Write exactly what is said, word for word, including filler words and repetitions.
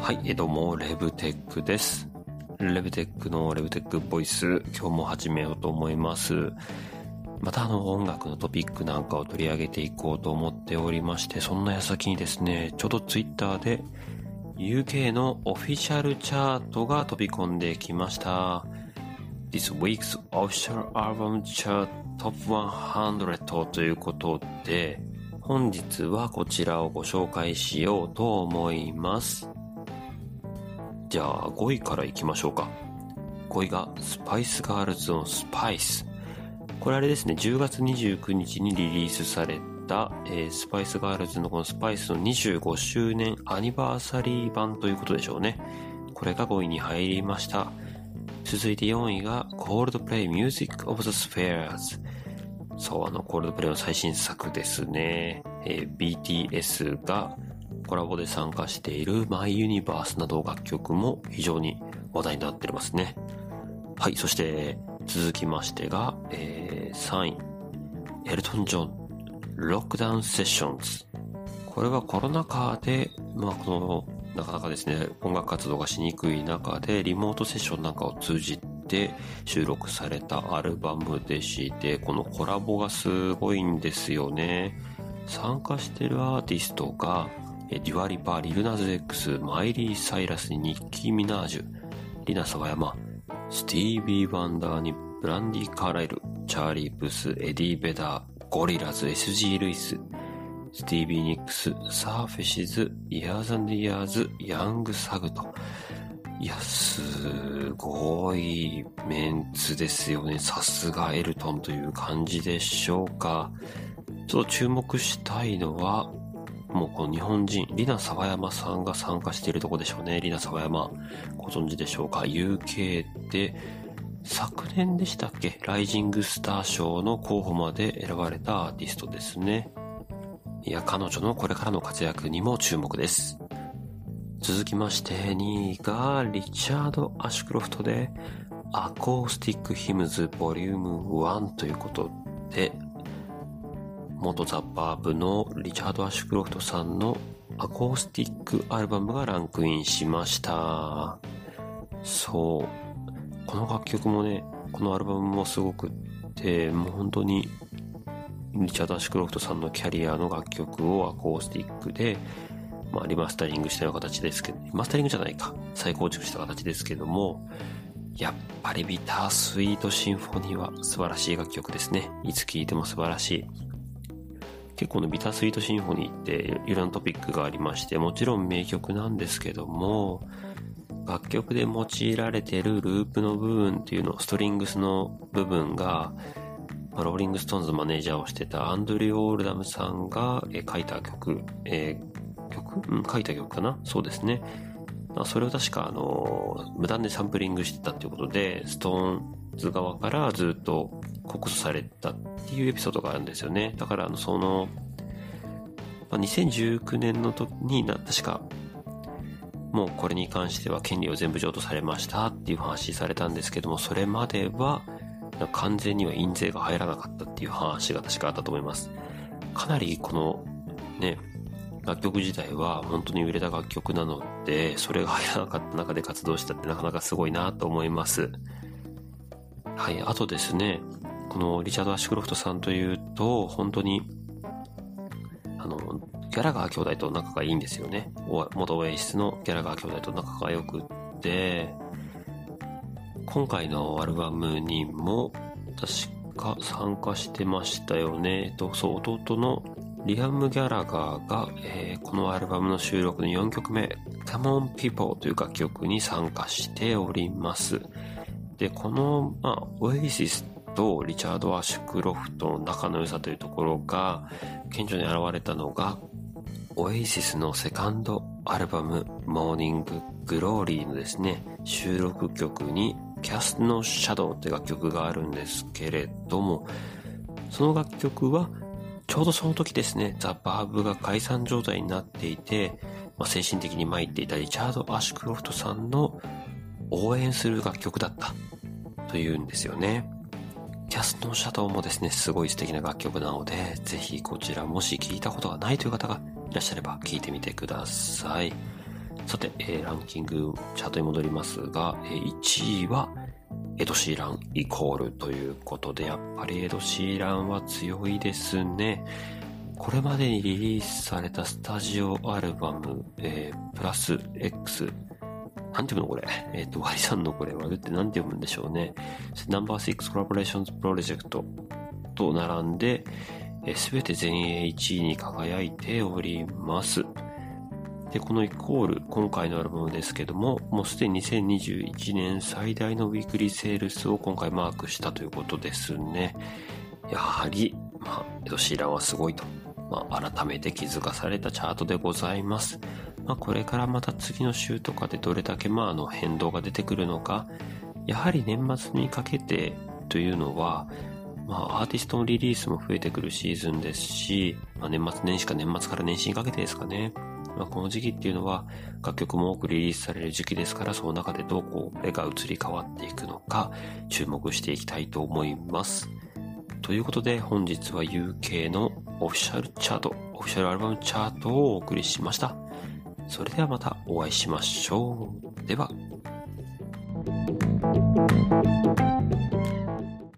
はい、えどうも、レブテックです。レブテックのレブテックボイス、今日も始めようと思います。またあの音楽のトピックなんかを取り上げていこうと思っておりまして、そんな矢先にですね、ちょうどツイッターで ユーケー のオフィシャルチャートが飛び込んできました。This week's official album chart top ひゃくということで、本日はこちらをご紹介しようと思います。じゃあごいからいきましょうか。ごいがスパイスガールズのスパイス。これあれですね、じゅうがつにじゅうくにちにリリースされた、えー、スパイスガールズのこのスパイスのにじゅうごしゅうねんアニバーサリー版ということでしょうね。これがごいに入りました。続いてよんいが Coldplay Music of the Spheres。そう、あの Coldplay の最新作ですね。えー、ビーティーエス がコラボで参加している My Universe など楽曲も非常に話題になっていますね。はい、そして続きましてが、えー、さんいエルトン・ジョンロックダウンセッションズ。これはコロナ禍で、まあこのなかなかですね音楽活動がしにくい中でリモートセッションなんかを通じて収録されたアルバムでして、このコラボがすごいんですよね。参加してるアーティストがデュアリパ、リルナズ X、マイリー・サイラスにニッキー・ミナージュ、リナ・サワヤマ、スティービー・ワンダーにブランディ・カーライル、チャーリー・プス、エディ・ベダー、ゴリラズ、エスジー・ルイス、スティービー・ニックス、サーフェシズ、イヤーズ&イヤーズ、ヤング・サグと。いや、すごいメンツですよね。さすがエルトンという感じでしょうか。ちょっと注目したいのは、もうこの日本人、リナ・サワヤマさんが参加しているとこでしょうね。リナ・サワヤマ、ご存知でしょうか。ユーケー で、昨年でしたっけ、ライジングスター賞の候補まで選ばれたアーティストですね。いや、彼女のこれからの活躍にも注目です。続きましてにいがリチャード・アシュクロフトでアコースティック・ヒムズボリュームワンということで、元ザ・バーブのリチャード・アシュクロフトさんのアコースティックアルバムがランクインしました。そう、この楽曲もね、このアルバムもすごくって、もう本当にリチャード・アシュクロフトさんのキャリアの楽曲をアコースティックで、まあ、リマスタリングしたような形ですけど、リマスタリングじゃないか、再構築した形ですけども、やっぱりビタースイートシンフォニーは素晴らしい楽曲ですね。いつ聴いても素晴らしい。結構のビタースイートシンフォニーっていろんなトピックがありまして、もちろん名曲なんですけども、楽曲で用いられているループの部分っていうの、ストリングスの部分が、ローリングストーンズマネージャーをしてたアンドリュー・オールダムさんが書いた曲、えー、曲、うん、書いた曲かな、そうですね。それを確かあの無断でサンプリングしてたっていうことで、ストーンズ側からずっと告訴されたっていうエピソードがあるんですよね。だからあのその、まあ、にせんじゅうきゅうねんの時にな確かもうこれに関しては権利を全部譲渡されましたっていう話されたんですけども、それまでは完全には印税が入らなかったっていう話が確かあったと思います。かなりこのね楽曲自体は本当に売れた楽曲なので、それが入らなかった中で活動したってなかなかすごいなと思います。はい、あとですね、このリチャード・アシュクロフトさんというと本当にあのギャラガー兄弟と仲がいいんですよね。元オエシスのギャラガー兄弟と仲が良くって、今回のアルバムにも確か参加してましたよね。えっと、そう、弟のリアム・ギャラガーが、えー、このアルバムの収録のよんきょくめ Come on People という楽曲に参加しております。で、この、まあ、オエシスとリチャード・アシュクロフトの仲の良さというところが顕著に現れたのが、オエシスのセカンドアルバムモーニング・グローリーのですね、収録曲にキャストのシャドウって楽曲があるんですけれども、その楽曲はちょうどその時ですね、ザ・バーブが解散状態になっていて、まあ、精神的に参っていたリチャード・アシュクロフトさんの応援する楽曲だったというんですよね。キャストのシャドウもですね、すごい素敵な楽曲なので、ぜひこちらもし聴いたことがないという方がいらっしゃれば聴いてみてください。 さて、えー、ランキングチャートに戻りますが、えー、いちいはエド・シーランイコールということで、やっぱりエド・シーランは強いですね。これまでにリリースされたスタジオアルバム、えー、プラス X、なんて読むのこれ、えっ、ー、と、割り算のこれ、割るってなんて読むんでしょうね。ナンバーシックスコラボレーションズプロジェクトと並んで、すべ、えー、て全英いちいに輝いております。で、このイコール、今回のアルバムですけども、もうすでににせんにじゅういちねん最大のウィークリーセールスを今回マークしたということですね。やはり、まあ、エド・シーランはすごいと、まあ、改めて気づかされたチャートでございます。まあ、これからまた次の週とかでどれだけまああの変動が出てくるのか、やはり年末にかけてというのは、まあ、アーティストのリリースも増えてくるシーズンですし、まあ、年末年始か年末から年始にかけてですかね。まあ、この時期っていうのは楽曲も多くリリースされる時期ですから、その中でどうこれが移り変わっていくのか注目していきたいと思います。ということで本日は ユーケー のオフィシャルチャート、オフィシャルアルバムチャートをお送りしました。それではまたお会いしましょう。では。